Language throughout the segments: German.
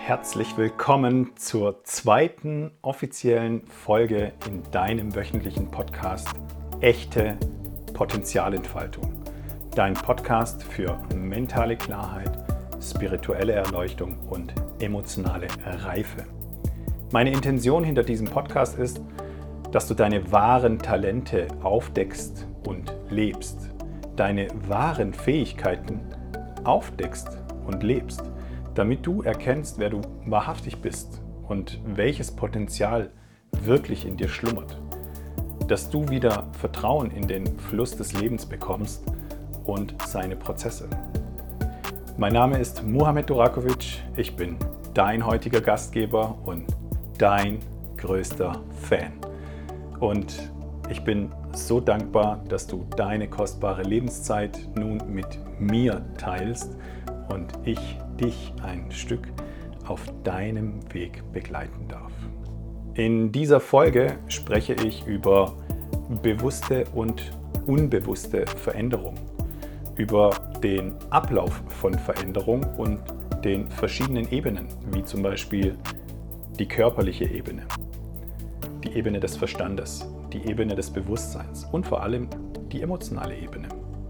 herzlich willkommen zur zweiten offiziellen Folge in deinem wöchentlichen Podcast Echte Potenzialentfaltung. Dein Podcast für mentale Klarheit, spirituelle Erleuchtung und emotionale Reife. Meine Intention hinter diesem Podcast ist, dass du deine wahren Talente aufdeckst und lebst, deine wahren Fähigkeiten aufdeckst und lebst, damit du erkennst, wer du wahrhaftig bist und welches Potenzial wirklich in dir schlummert. Dass du wieder Vertrauen in den Fluss des Lebens bekommst und seine Prozesse. Mein Name ist Muhammad Durakovic, ich bin dein heutiger Gastgeber und dein größter Fan. Und ich bin so dankbar, dass du deine kostbare Lebenszeit nun mit mir teilst und ich dich ein Stück auf deinem Weg begleiten darf. In dieser Folge spreche ich über bewusste und unbewusste Veränderung, über den Ablauf von Veränderung und den verschiedenen Ebenen, wie zum Beispiel die körperliche Ebene, die Ebene des Verstandes, die Ebene des Bewusstseins und vor allem die emotionale Ebene.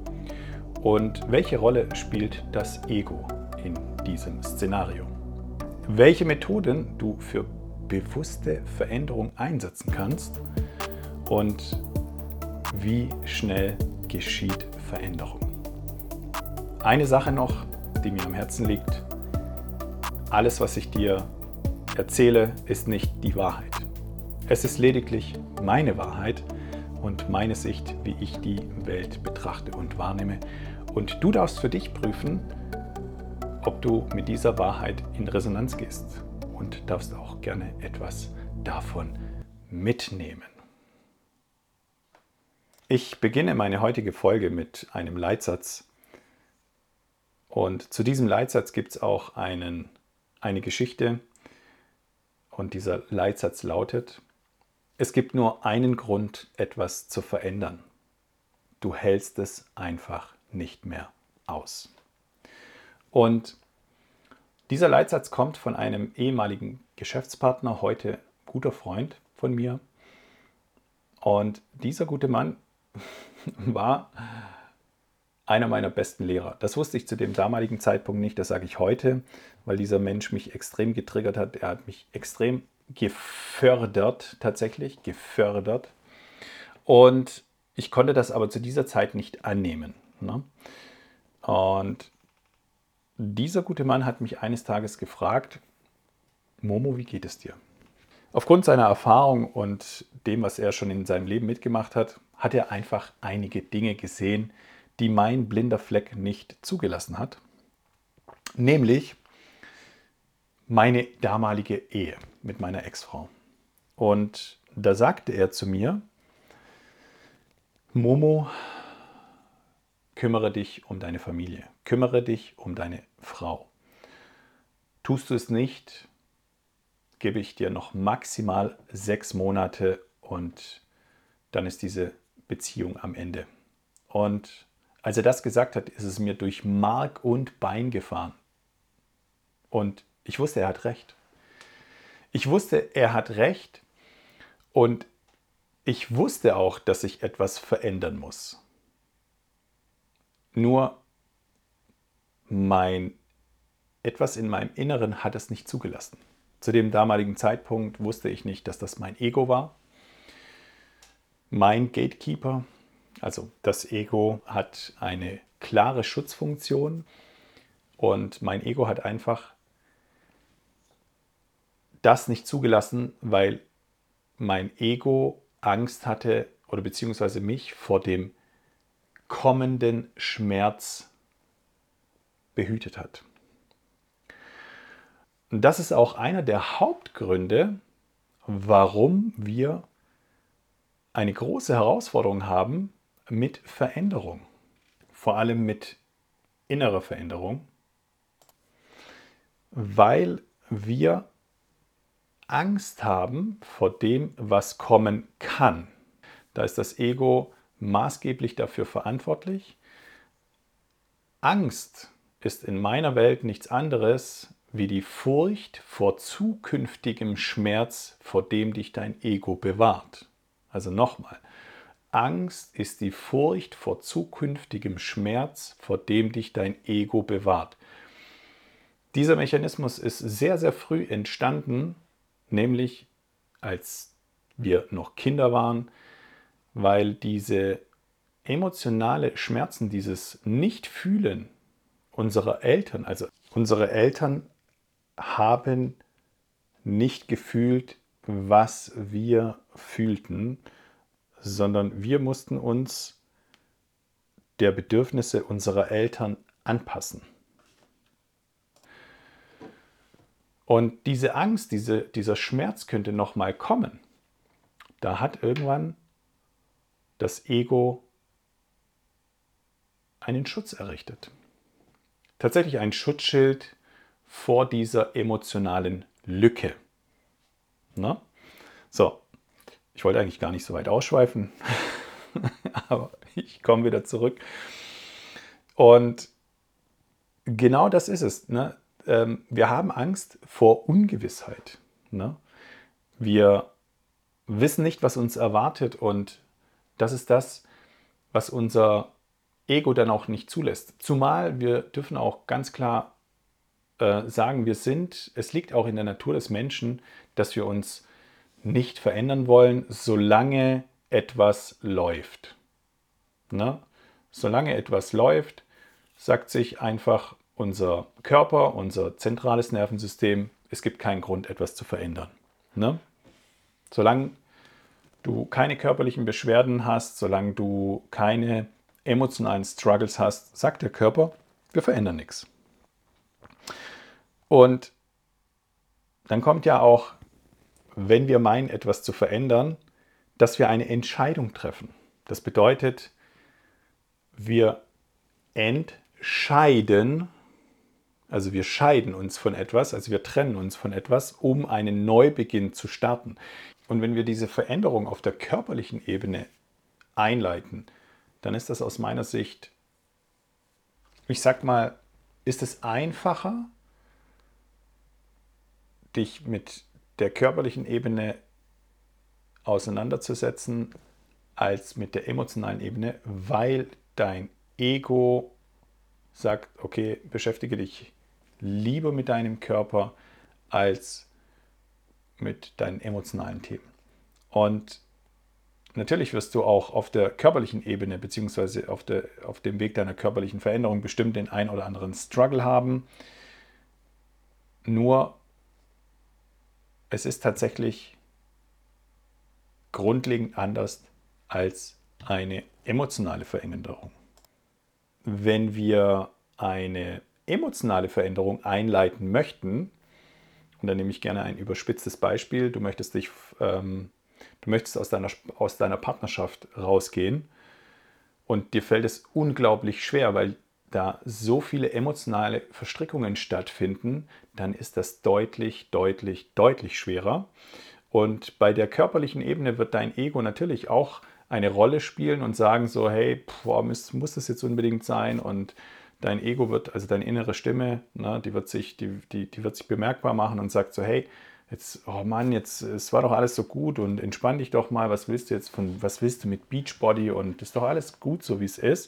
Und welche Rolle spielt das Ego in diesem Szenario? Welche Methoden du für bewusste Veränderung einsetzen kannst und wie schnell geschieht Veränderung? Eine Sache noch, die mir am Herzen liegt. Alles, was ich dir erzähle, ist nicht die Wahrheit. Es ist lediglich meine Wahrheit und meine Sicht, wie ich die Welt betrachte und wahrnehme. Und du darfst für dich prüfen, ob du mit dieser Wahrheit in Resonanz gehst und darfst auch gerne etwas davon mitnehmen. Ich beginne meine heutige Folge mit einem Leitsatz. Und zu diesem Leitsatz gibt es auch eine Geschichte. Und dieser Leitsatz lautet: Es gibt nur einen Grund, etwas zu verändern. Du hältst es einfach nicht mehr aus. Und dieser Leitsatz kommt von einem ehemaligen Geschäftspartner, heute guter Freund von mir. Und dieser gute Mann war einer meiner besten Lehrer. Das wusste ich zu dem damaligen Zeitpunkt nicht, das sage ich heute, weil dieser Mensch mich extrem getriggert hat. Er hat mich extrem gefördert, tatsächlich gefördert. Und ich konnte das aber zu dieser Zeit nicht annehmen. Und dieser gute Mann hat mich eines Tages gefragt: Momo, wie geht es dir? Aufgrund seiner Erfahrung und dem, was er schon in seinem Leben mitgemacht hat, hat er einfach einige Dinge gesehen, die mein blinder Fleck nicht zugelassen hat. Nämlich meine damalige Ehe mit meiner Ex-Frau. Und da sagte er zu mir: Momo, kümmere dich um deine Familie, kümmere dich um deine Frau. Tust du es nicht, gebe ich dir noch maximal 6 Monate und dann ist diese Beziehung am Ende. Und als er das gesagt hat, ist es mir durch Mark und Bein gefahren. Und ich wusste, er hat recht. Ich wusste, er hat recht und ich wusste auch, dass ich etwas verändern muss. Nur etwas in meinem Inneren hat es nicht zugelassen. Zu dem damaligen Zeitpunkt wusste ich nicht, dass das mein Ego war. Mein Gatekeeper, also das Ego, hat eine klare Schutzfunktion und mein Ego hat einfach das nicht zugelassen, weil mein Ego Angst hatte oder beziehungsweise mich vor dem kommenden Schmerz behütet hat. Und das ist auch einer der Hauptgründe, warum wir eine große Herausforderung haben mit Veränderung, vor allem mit innerer Veränderung, weil wir Angst haben vor dem, was kommen kann. Da ist das Ego maßgeblich dafür verantwortlich. Angst ist in meiner Welt nichts anderes wie die Furcht vor zukünftigem Schmerz, vor dem dich dein Ego bewahrt. Also nochmal, Angst ist die Furcht vor zukünftigem Schmerz, vor dem dich dein Ego bewahrt. Dieser Mechanismus ist sehr, sehr früh entstanden, nämlich als wir noch Kinder waren, weil diese emotionale Schmerzen, dieses Nicht-Fühlen unserer Eltern, also unsere Eltern haben nicht gefühlt, was wir fühlten, sondern wir mussten uns der Bedürfnisse unserer Eltern anpassen. Und diese Angst, dieser Schmerz könnte nochmal kommen. Da hat irgendwann das Ego einen Schutz errichtet. Tatsächlich ein Schutzschild vor dieser emotionalen Lücke. Na? So, ich wollte eigentlich gar nicht so weit ausschweifen, aber ich komme wieder zurück. Und genau das ist es. Ne? Wir haben Angst vor Ungewissheit. Ne? Wir wissen nicht, was uns erwartet, und das ist das, was unser Ego dann auch nicht zulässt. Zumal wir dürfen auch ganz klar sagen, es liegt auch in der Natur des Menschen, dass wir uns nicht verändern wollen, solange etwas läuft. Ne? Solange etwas läuft, sagt sich einfach unser Körper, unser zentrales Nervensystem, es gibt keinen Grund, etwas zu verändern. Ne? Solange du keine körperlichen Beschwerden hast, solange du keine emotionalen Struggles hast, sagt der Körper, wir verändern nichts. Und dann kommt ja auch, wenn wir meinen, etwas zu verändern, dass wir eine Entscheidung treffen. Das bedeutet, wir entscheiden, also wir scheiden uns von etwas, also wir trennen uns von etwas, um einen Neubeginn zu starten. Und wenn wir diese Veränderung auf der körperlichen Ebene einleiten, dann ist das aus meiner Sicht, ich sag mal, ist es einfacher, dich mit der körperlichen Ebene auseinanderzusetzen, als mit der emotionalen Ebene, weil dein Ego sagt, okay, beschäftige dich lieber mit deinem Körper als mit deinen emotionalen Themen. Und natürlich wirst du auch auf der körperlichen Ebene beziehungsweise auf dem Weg deiner körperlichen Veränderung bestimmt den ein oder anderen Struggle haben. Nur es ist tatsächlich grundlegend anders als eine emotionale Veränderung. Wenn wir eine emotionale Veränderung einleiten möchten, und dann nehme ich gerne ein überspitztes Beispiel, du möchtest aus deiner Partnerschaft rausgehen und dir fällt es unglaublich schwer, weil da so viele emotionale Verstrickungen stattfinden, dann ist das deutlich, deutlich, deutlich schwerer. Und bei der körperlichen Ebene wird dein Ego natürlich auch eine Rolle spielen und sagen so, hey, muss das jetzt unbedingt sein? Und dein Ego wird, also deine innere Stimme, ne, die wird sich bemerkbar machen und sagt so, hey, jetzt, oh Mann, es war doch alles so gut und entspann dich doch mal, was willst du mit Beachbody, und ist doch alles gut, so wie es ist.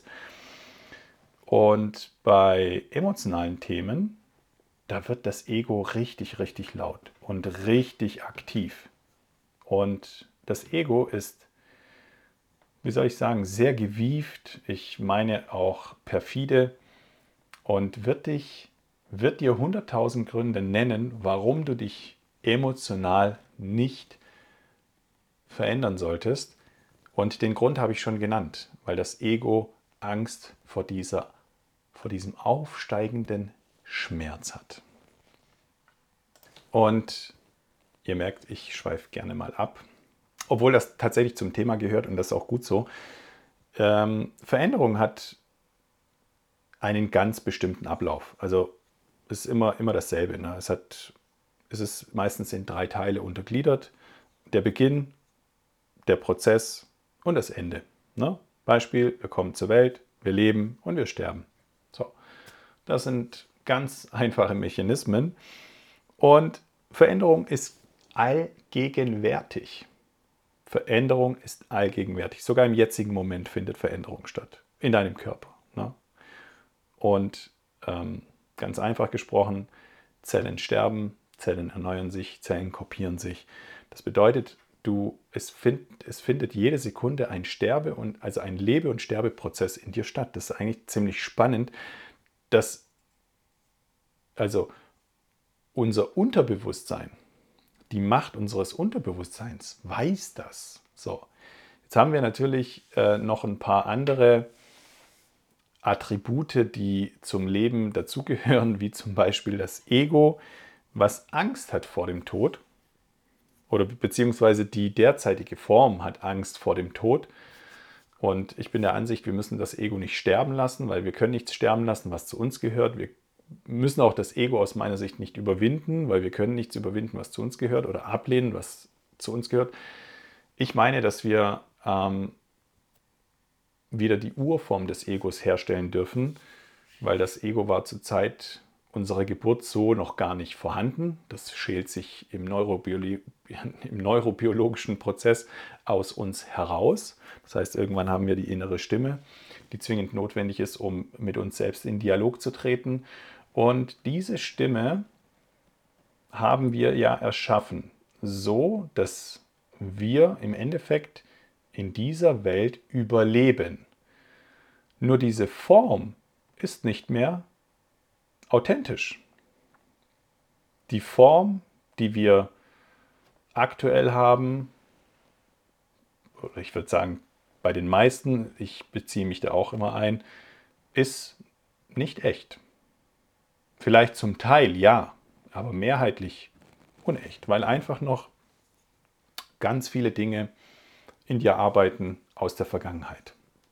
Und bei emotionalen Themen, da wird das Ego richtig, richtig laut und richtig aktiv. Und das Ego ist, wie soll ich sagen, sehr gewieft, ich meine auch perfide, und wird dir 100.000 Gründe nennen, warum du dich emotional nicht verändern solltest. Und den Grund habe ich schon genannt, weil das Ego Angst vor diesem aufsteigenden Schmerz hat. Und ihr merkt, ich schweife gerne mal ab, obwohl das tatsächlich zum Thema gehört, und das ist auch gut so. Veränderung hat einen ganz bestimmten Ablauf. Also es ist immer dasselbe. Ne? Es ist meistens in 3 Teile untergliedert. Der Beginn, der Prozess und das Ende. Ne? Beispiel, wir kommen zur Welt, wir leben und wir sterben. So, das sind ganz einfache Mechanismen. Und Veränderung ist allgegenwärtig. Veränderung ist allgegenwärtig. Sogar im jetzigen Moment findet Veränderung statt. In deinem Körper. Ne? Und ganz einfach gesprochen, Zellen sterben, Zellen erneuern sich, Zellen kopieren sich. Das bedeutet, es findet jede Sekunde ein also ein Lebe- und Sterbeprozess in dir statt. Das ist eigentlich ziemlich spannend, dass also unser Unterbewusstsein, die Macht unseres Unterbewusstseins weiß das. So, jetzt haben wir natürlich noch ein paar andere Attribute, die zum Leben dazugehören, wie zum Beispiel das Ego, was Angst hat vor dem Tod oder beziehungsweise die derzeitige Form hat Angst vor dem Tod. Und ich bin der Ansicht, wir müssen das Ego nicht sterben lassen, weil wir können nichts sterben lassen, was zu uns gehört. Wir müssen auch das Ego aus meiner Sicht nicht überwinden, weil wir können nichts überwinden, was zu uns gehört oder ablehnen, was zu uns gehört. Ich meine, dass wir wieder die Urform des Egos herstellen dürfen, weil das Ego war zur Zeit unserer Geburt so noch gar nicht vorhanden. Das schält sich im neurobiologischen Prozess aus uns heraus. Das heißt, irgendwann haben wir die innere Stimme, die zwingend notwendig ist, um mit uns selbst in Dialog zu treten. Und diese Stimme haben wir ja erschaffen, so dass wir im Endeffekt in dieser Welt überleben. Nur diese Form ist nicht mehr authentisch. Die Form, die wir aktuell haben, oder ich würde sagen, bei den meisten, ich beziehe mich da auch immer ein, ist nicht echt. Vielleicht zum Teil ja, aber mehrheitlich unecht, weil einfach noch ganz viele Dinge in dir arbeiten aus der Vergangenheit.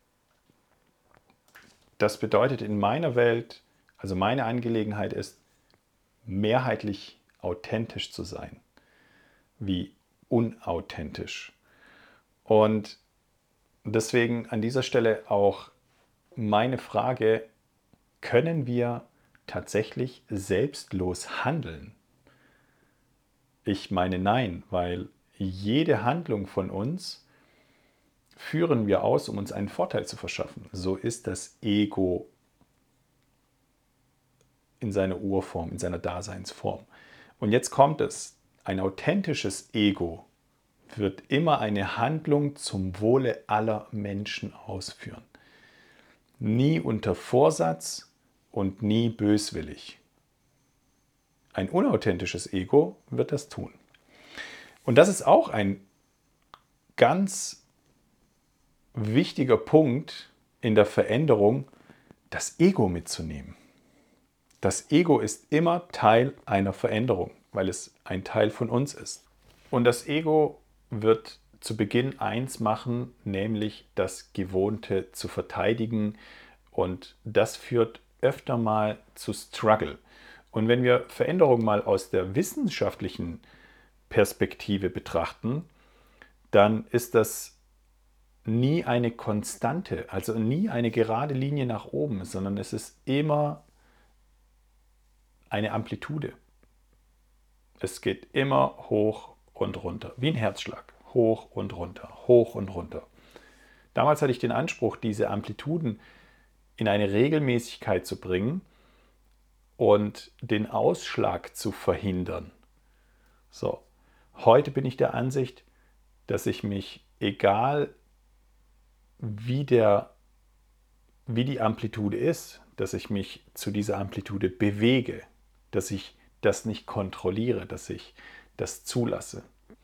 Das bedeutet in meiner Welt, also meine Angelegenheit ist, mehrheitlich authentisch zu sein, wie unauthentisch. Und deswegen an dieser Stelle auch meine Frage, können wir tatsächlich selbstlos handeln? Ich meine nein, weil jede Handlung von uns führen wir aus, um uns einen Vorteil zu verschaffen. So ist das Ego in seiner Urform, in seiner Daseinsform. Und jetzt kommt es, ein authentisches Ego wird immer eine Handlung zum Wohle aller Menschen ausführen. Nie unter Vorsatz und nie böswillig. Ein unauthentisches Ego wird das tun. Und das ist auch ein ganz wichtiger Punkt in der Veränderung, das Ego mitzunehmen. Das Ego ist immer Teil einer Veränderung, weil es ein Teil von uns ist. Und das Ego wird zu Beginn eins machen, nämlich das Gewohnte zu verteidigen. Und das führt öfter mal zu Struggle. Und wenn wir Veränderung mal aus der wissenschaftlichen Perspektive betrachten, dann ist das nie eine Konstante, also nie eine gerade Linie nach oben, sondern es ist immer eine Amplitude. Es geht immer hoch und runter, wie ein Herzschlag. Hoch und runter, hoch und runter. Damals hatte ich den Anspruch, diese Amplituden in eine Regelmäßigkeit zu bringen und den Ausschlag zu verhindern. So, heute bin ich der Ansicht, dass ich mich, egal wie die Amplitude ist, dass ich mich zu dieser Amplitude bewege, dass ich das nicht kontrolliere, dass ich das zulasse.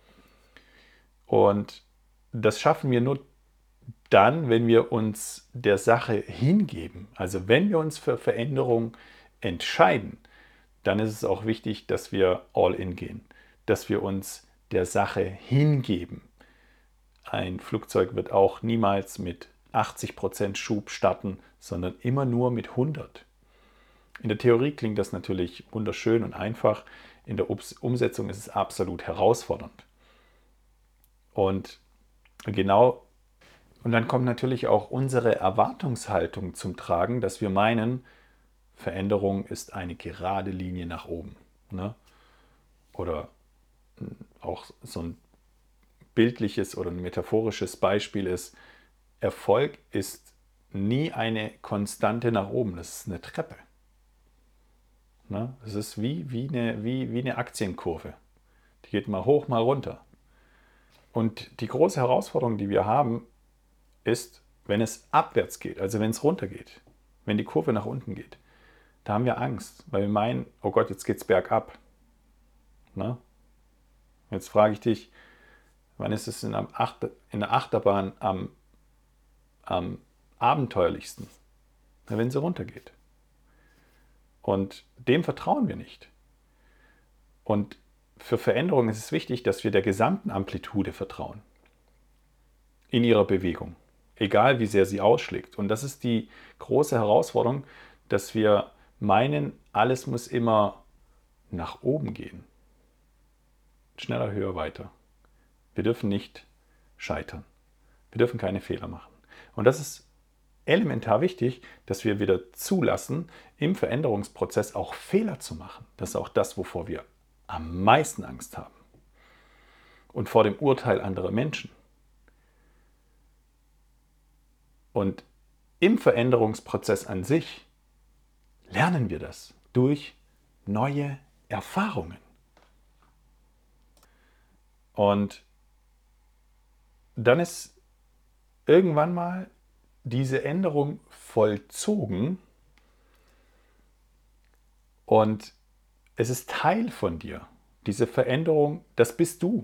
Und das schaffen wir nur dann, wenn wir uns der Sache hingeben. Also wenn wir uns für Veränderung entscheiden, dann ist es auch wichtig, dass wir all in gehen, dass wir uns der Sache hingeben. Ein Flugzeug wird auch niemals mit 80% Schub starten, sondern immer nur mit 100. In der Theorie klingt das natürlich wunderschön und einfach. In der Umsetzung ist es absolut herausfordernd. Und dann kommt natürlich auch unsere Erwartungshaltung zum Tragen, dass wir meinen, Veränderung ist eine gerade Linie nach oben. Ne? Oder auch so ein bildliches oder ein metaphorisches Beispiel ist, Erfolg ist nie eine Konstante nach oben, das ist eine Treppe. Ne? Das ist wie eine Aktienkurve. Die geht mal hoch, mal runter. Und die große Herausforderung, die wir haben, ist, wenn es abwärts geht, also wenn es runtergeht, wenn die Kurve nach unten geht, da haben wir Angst, weil wir meinen, oh Gott, jetzt geht es bergab. Ne? Jetzt frage ich dich, wann ist es in der Achterbahn am abenteuerlichsten? Na, wenn sie runtergeht. Und dem vertrauen wir nicht. Und für Veränderung ist es wichtig, dass wir der gesamten Amplitude vertrauen. In ihrer Bewegung. Egal wie sehr sie ausschlägt. Und das ist die große Herausforderung, dass wir meinen, alles muss immer nach oben gehen. Schneller, höher, weiter. Wir dürfen nicht scheitern. Wir dürfen keine Fehler machen. Und das ist elementar wichtig, dass wir wieder zulassen, im Veränderungsprozess auch Fehler zu machen. Das ist auch das, wovor wir am meisten Angst haben. Und vor dem Urteil anderer Menschen. Und im Veränderungsprozess an sich lernen wir das durch neue Erfahrungen. Und dann ist irgendwann mal diese Änderung vollzogen und es ist Teil von dir. Diese Veränderung, das bist du.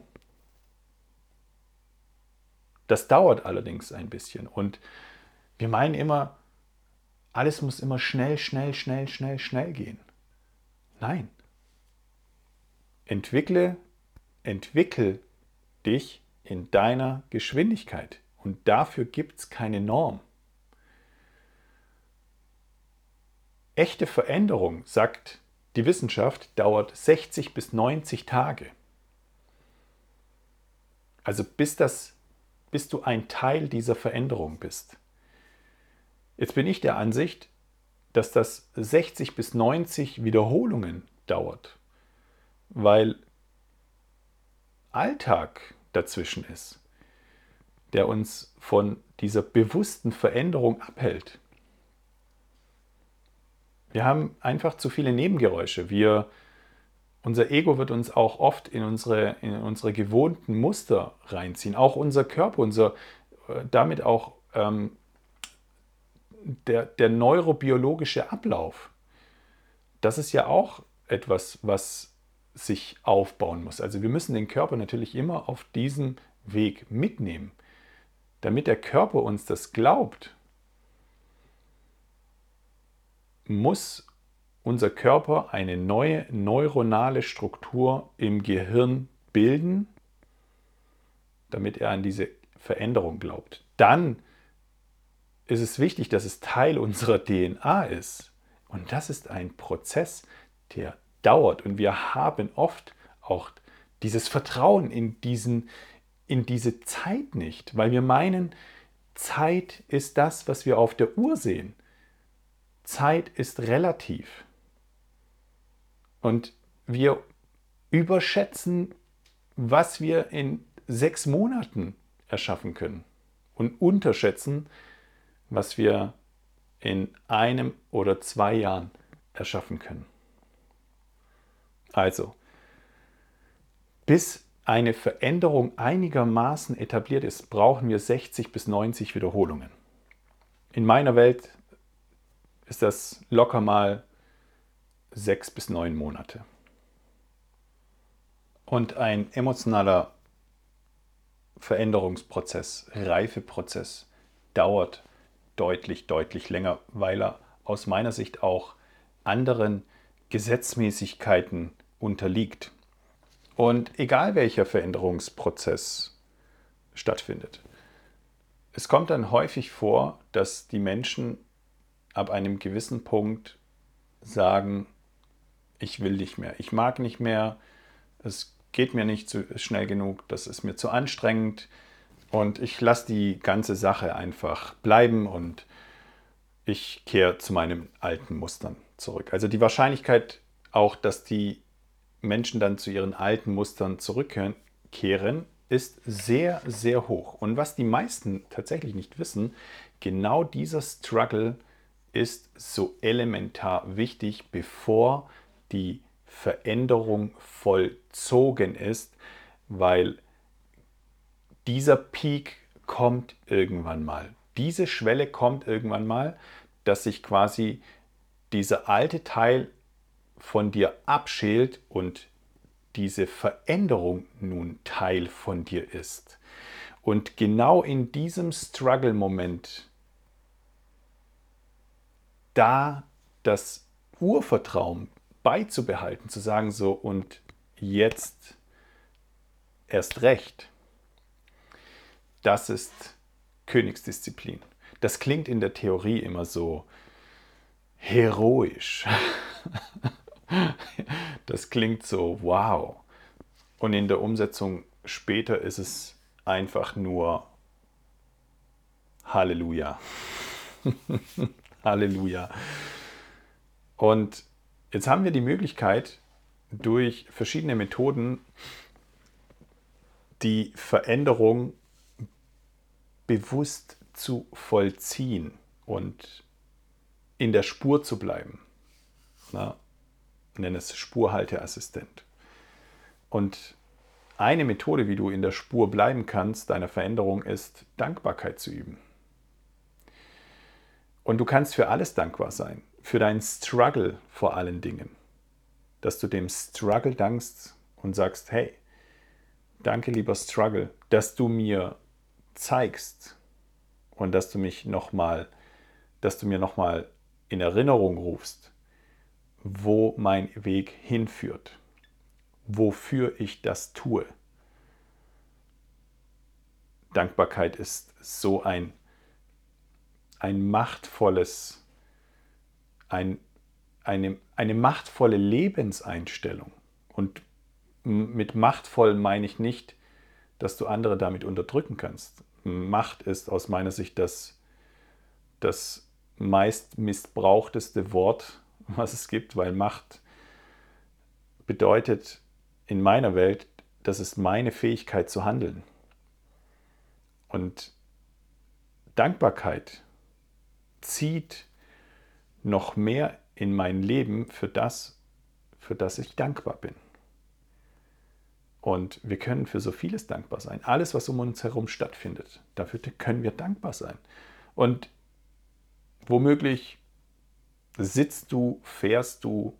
Das dauert allerdings ein bisschen. Und wir meinen immer, alles muss immer schnell gehen. Nein. Entwickel dich in deiner Geschwindigkeit. Und dafür gibt es keine Norm. Echte Veränderung, sagt die Wissenschaft, dauert 60 bis 90 Tage. Also bis du ein Teil dieser Veränderung bist. Jetzt bin ich der Ansicht, dass das 60 bis 90 Wiederholungen dauert, weil Alltag dazwischen ist, der uns von dieser bewussten Veränderung abhält. Wir haben einfach zu viele Nebengeräusche. Unser Ego wird uns auch oft in unsere gewohnten Muster reinziehen. Auch unser Körper, damit auch der neurobiologische Ablauf. Das ist ja auch etwas, was sich aufbauen muss. Also wir müssen den Körper natürlich immer auf diesem Weg mitnehmen. Damit der Körper uns das glaubt, muss unser Körper eine neue neuronale Struktur im Gehirn bilden, damit er an diese Veränderung glaubt. Dann ist es wichtig, dass es Teil unserer DNA ist. Und das ist ein Prozess, der dauert. Und wir haben oft auch dieses Vertrauen in diese Zeit nicht, weil wir meinen, Zeit ist das, was wir auf der Uhr sehen. Zeit ist relativ. Und wir überschätzen, was wir in 6 Monaten erschaffen können und unterschätzen, was wir in 1 oder 2 Jahren erschaffen können. Also, bis eine Veränderung einigermaßen etabliert ist, brauchen wir 60 bis 90 Wiederholungen. In meiner Welt ist das locker mal 6 bis 9 Monate. Und ein emotionaler Veränderungsprozess, Reifeprozess dauert deutlich länger, weil er aus meiner Sicht auch anderen Gesetzmäßigkeiten unterliegt. Und egal welcher Veränderungsprozess stattfindet, es kommt dann häufig vor, dass die Menschen ab einem gewissen Punkt sagen, ich will nicht mehr, ich mag nicht mehr, es geht mir nicht schnell genug, das ist mir zu anstrengend und ich lasse die ganze Sache einfach bleiben und ich kehre zu meinen alten Mustern zurück. Also die Wahrscheinlichkeit auch, dass die Menschen dann zu ihren alten Mustern zurückkehren, ist sehr, sehr hoch. Und was die meisten tatsächlich nicht wissen, genau dieser Struggle ist so elementar wichtig, bevor die Veränderung vollzogen ist, weil dieser Peak kommt irgendwann mal. Diese Schwelle kommt irgendwann mal, dass sich quasi dieser alte Teil von dir abschält und diese Veränderung nun Teil von dir ist. Und genau in diesem Struggle-Moment, da das Urvertrauen beizubehalten, zu sagen so und jetzt erst recht, das ist Königsdisziplin. Das klingt in der Theorie immer so heroisch. Das klingt so wow. Und in der Umsetzung später ist es einfach nur Halleluja. Halleluja. Und jetzt haben wir die Möglichkeit, durch verschiedene Methoden die Veränderung bewusst zu vollziehen und in der Spur zu bleiben. Na, nenne es Spurhalteassistent. Und eine Methode, wie du in der Spur bleiben kannst, deiner Veränderung, ist, Dankbarkeit zu üben. Und du kannst für alles dankbar sein. Für deinen Struggle vor allen Dingen. Dass du dem Struggle dankst und sagst, hey, danke lieber Struggle, dass du mir zeigst und dass du mir nochmal in Erinnerung rufst, wo mein Weg hinführt, wofür ich das tue. Dankbarkeit ist so eine machtvolle Lebenseinstellung. Und mit machtvoll meine ich nicht, dass du andere damit unterdrücken kannst. Macht ist aus meiner Sicht das meist missbrauchteste Wort, was es gibt, weil Macht bedeutet in meiner Welt, das ist meine Fähigkeit zu handeln. Und Dankbarkeit zieht noch mehr in mein Leben für das ich dankbar bin. Und wir können für so vieles dankbar sein. Alles, was um uns herum stattfindet, dafür können wir dankbar sein. Und womöglich sitzt du, fährst du,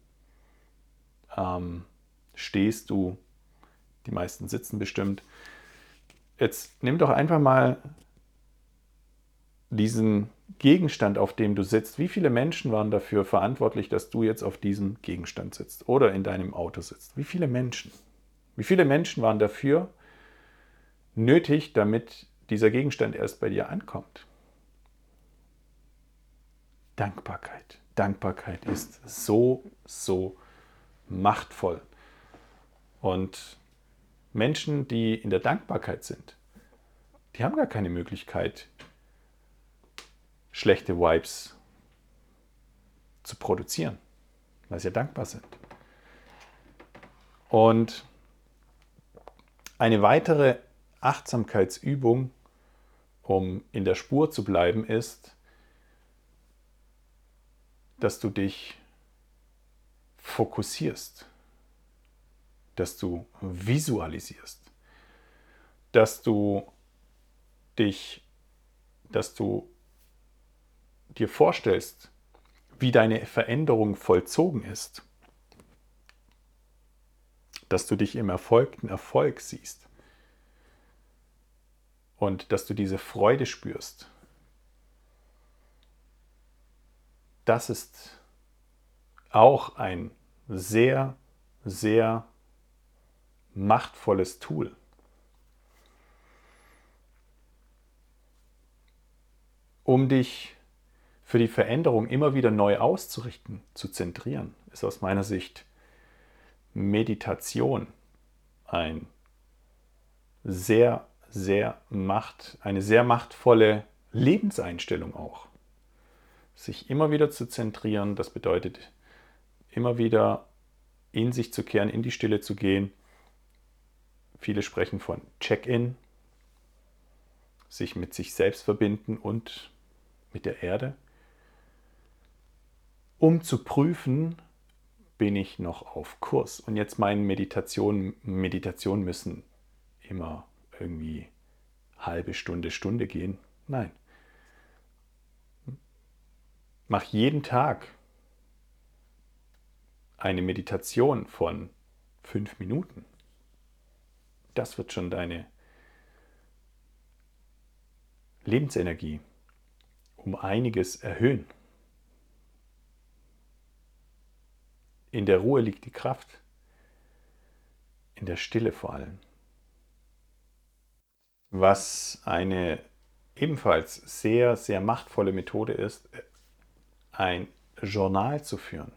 stehst du, die meisten sitzen bestimmt. Jetzt nimm doch einfach mal diesen Gegenstand, auf dem du sitzt. Wie viele Menschen waren dafür verantwortlich, dass du jetzt auf diesem Gegenstand sitzt oder in deinem Auto sitzt? Wie viele Menschen? Wie viele Menschen waren dafür nötig, damit dieser Gegenstand erst bei dir ankommt? Dankbarkeit. Dankbarkeit ist so, so machtvoll. Und Menschen, die in der Dankbarkeit sind, die haben gar keine Möglichkeit, schlechte Vibes zu produzieren, weil sie ja dankbar sind. Und eine weitere Achtsamkeitsübung, um in der Spur zu bleiben, ist, dass du dich fokussierst, dass du visualisierst, dass du dir vorstellst, wie deine Veränderung vollzogen ist, dass du dich im erfolgten Erfolg siehst und dass du diese Freude spürst. Das ist auch ein sehr, sehr machtvolles Tool. Um dich für die Veränderung immer wieder neu auszurichten, zu zentrieren, ist aus meiner Sicht Meditation eine sehr machtvolle Lebenseinstellung auch. Sich immer wieder zu zentrieren, das bedeutet, immer wieder in sich zu kehren, in die Stille zu gehen. Viele sprechen von Check-in, sich mit sich selbst verbinden und mit der Erde, um zu prüfen, bin ich noch auf Kurs. Und jetzt meinen Meditationen müssen immer irgendwie halbe Stunde, Stunde gehen. Nein. Mach jeden Tag eine Meditation von 5 Minuten. Das wird schon deine Lebensenergie um einiges erhöhen. In der Ruhe liegt die Kraft, in der Stille vor allem. Was eine ebenfalls sehr, sehr machtvolle Methode ist, ein Journal zu führen.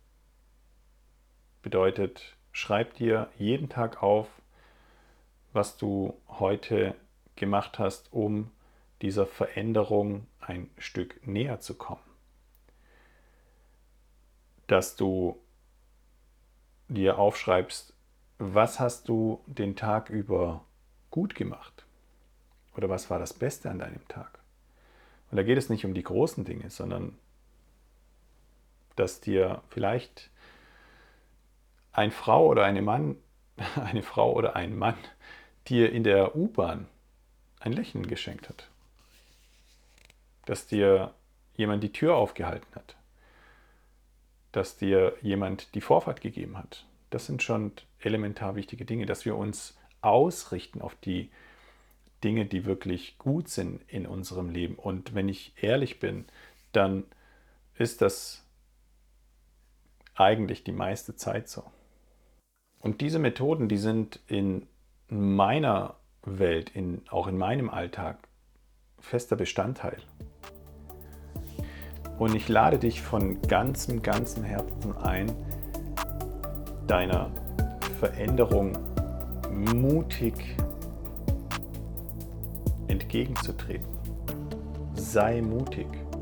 Bedeutet, schreib dir jeden Tag auf, was du heute gemacht hast, um dieser Veränderung ein Stück näher zu kommen. Dass du dir aufschreibst, was hast du den Tag über gut gemacht? Oder was war das Beste an deinem Tag? Und da geht es nicht um die großen Dinge, sondern dass dir vielleicht eine Frau oder ein Mann dir in der U-Bahn ein Lächeln geschenkt hat. Dass dir jemand die Tür aufgehalten hat. Dass dir jemand die Vorfahrt gegeben hat. Das sind schon elementar wichtige Dinge, dass wir uns ausrichten auf die Dinge, die wirklich gut sind in unserem Leben. Und wenn ich ehrlich bin, dann ist das eigentlich die meiste Zeit so. Und diese Methoden, die sind in meiner Welt, auch in meinem Alltag, fester Bestandteil. Und ich lade dich von ganzem Herzen ein, deiner Veränderung mutig entgegenzutreten. Sei mutig.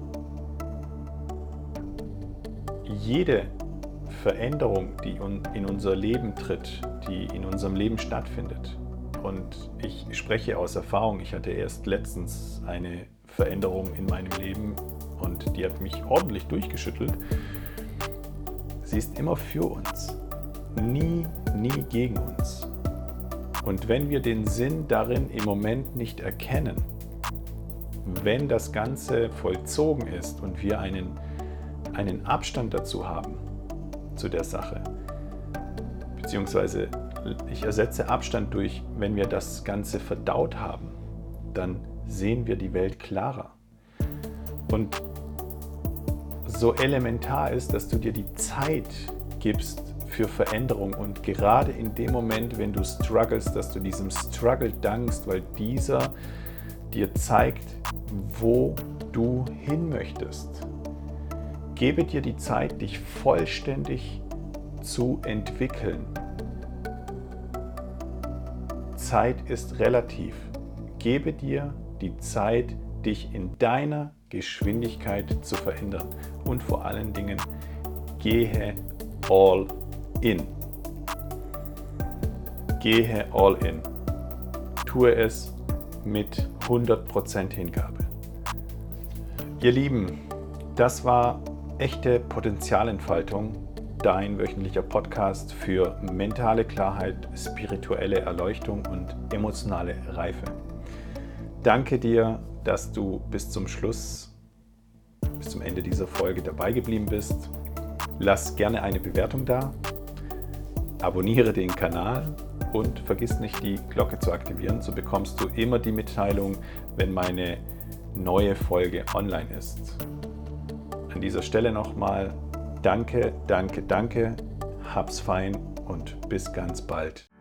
Jede Veränderung, die in unser Leben tritt, die in unserem Leben stattfindet. Und ich spreche aus Erfahrung, ich hatte erst letztens eine Veränderung in meinem Leben und die hat mich ordentlich durchgeschüttelt. Sie ist immer für uns, nie gegen uns. Und wenn wir den Sinn darin im Moment nicht erkennen, wenn das Ganze vollzogen ist und wir einen Abstand dazu haben, zu der Sache, beziehungsweise ich ersetze Abstand durch, wenn wir das Ganze verdaut haben, dann sehen wir die Welt klarer. Und so elementar ist, dass du dir die Zeit gibst für Veränderung und gerade in dem Moment, wenn du struggles, dass du diesem Struggle dankst, weil dieser dir zeigt, wo du hin möchtest. Gebe dir die Zeit, dich vollständig zu entwickeln. Zeit ist relativ. Gebe dir die Zeit, dich in deiner Geschwindigkeit zu verändern. Und vor allen Dingen, gehe all in. Gehe all in. Tue es mit 100% Hingabe. Ihr Lieben, das war echte Potenzialentfaltung, dein wöchentlicher Podcast für mentale Klarheit, spirituelle Erleuchtung und emotionale Reife. Danke dir, dass du bis zum Ende dieser Folge dabei geblieben bist. Lass gerne eine Bewertung da, abonniere den Kanal und vergiss nicht, die Glocke zu aktivieren, so bekommst du immer die Mitteilung, wenn meine neue Folge online ist. An dieser Stelle nochmal danke, hab's fein und bis ganz bald.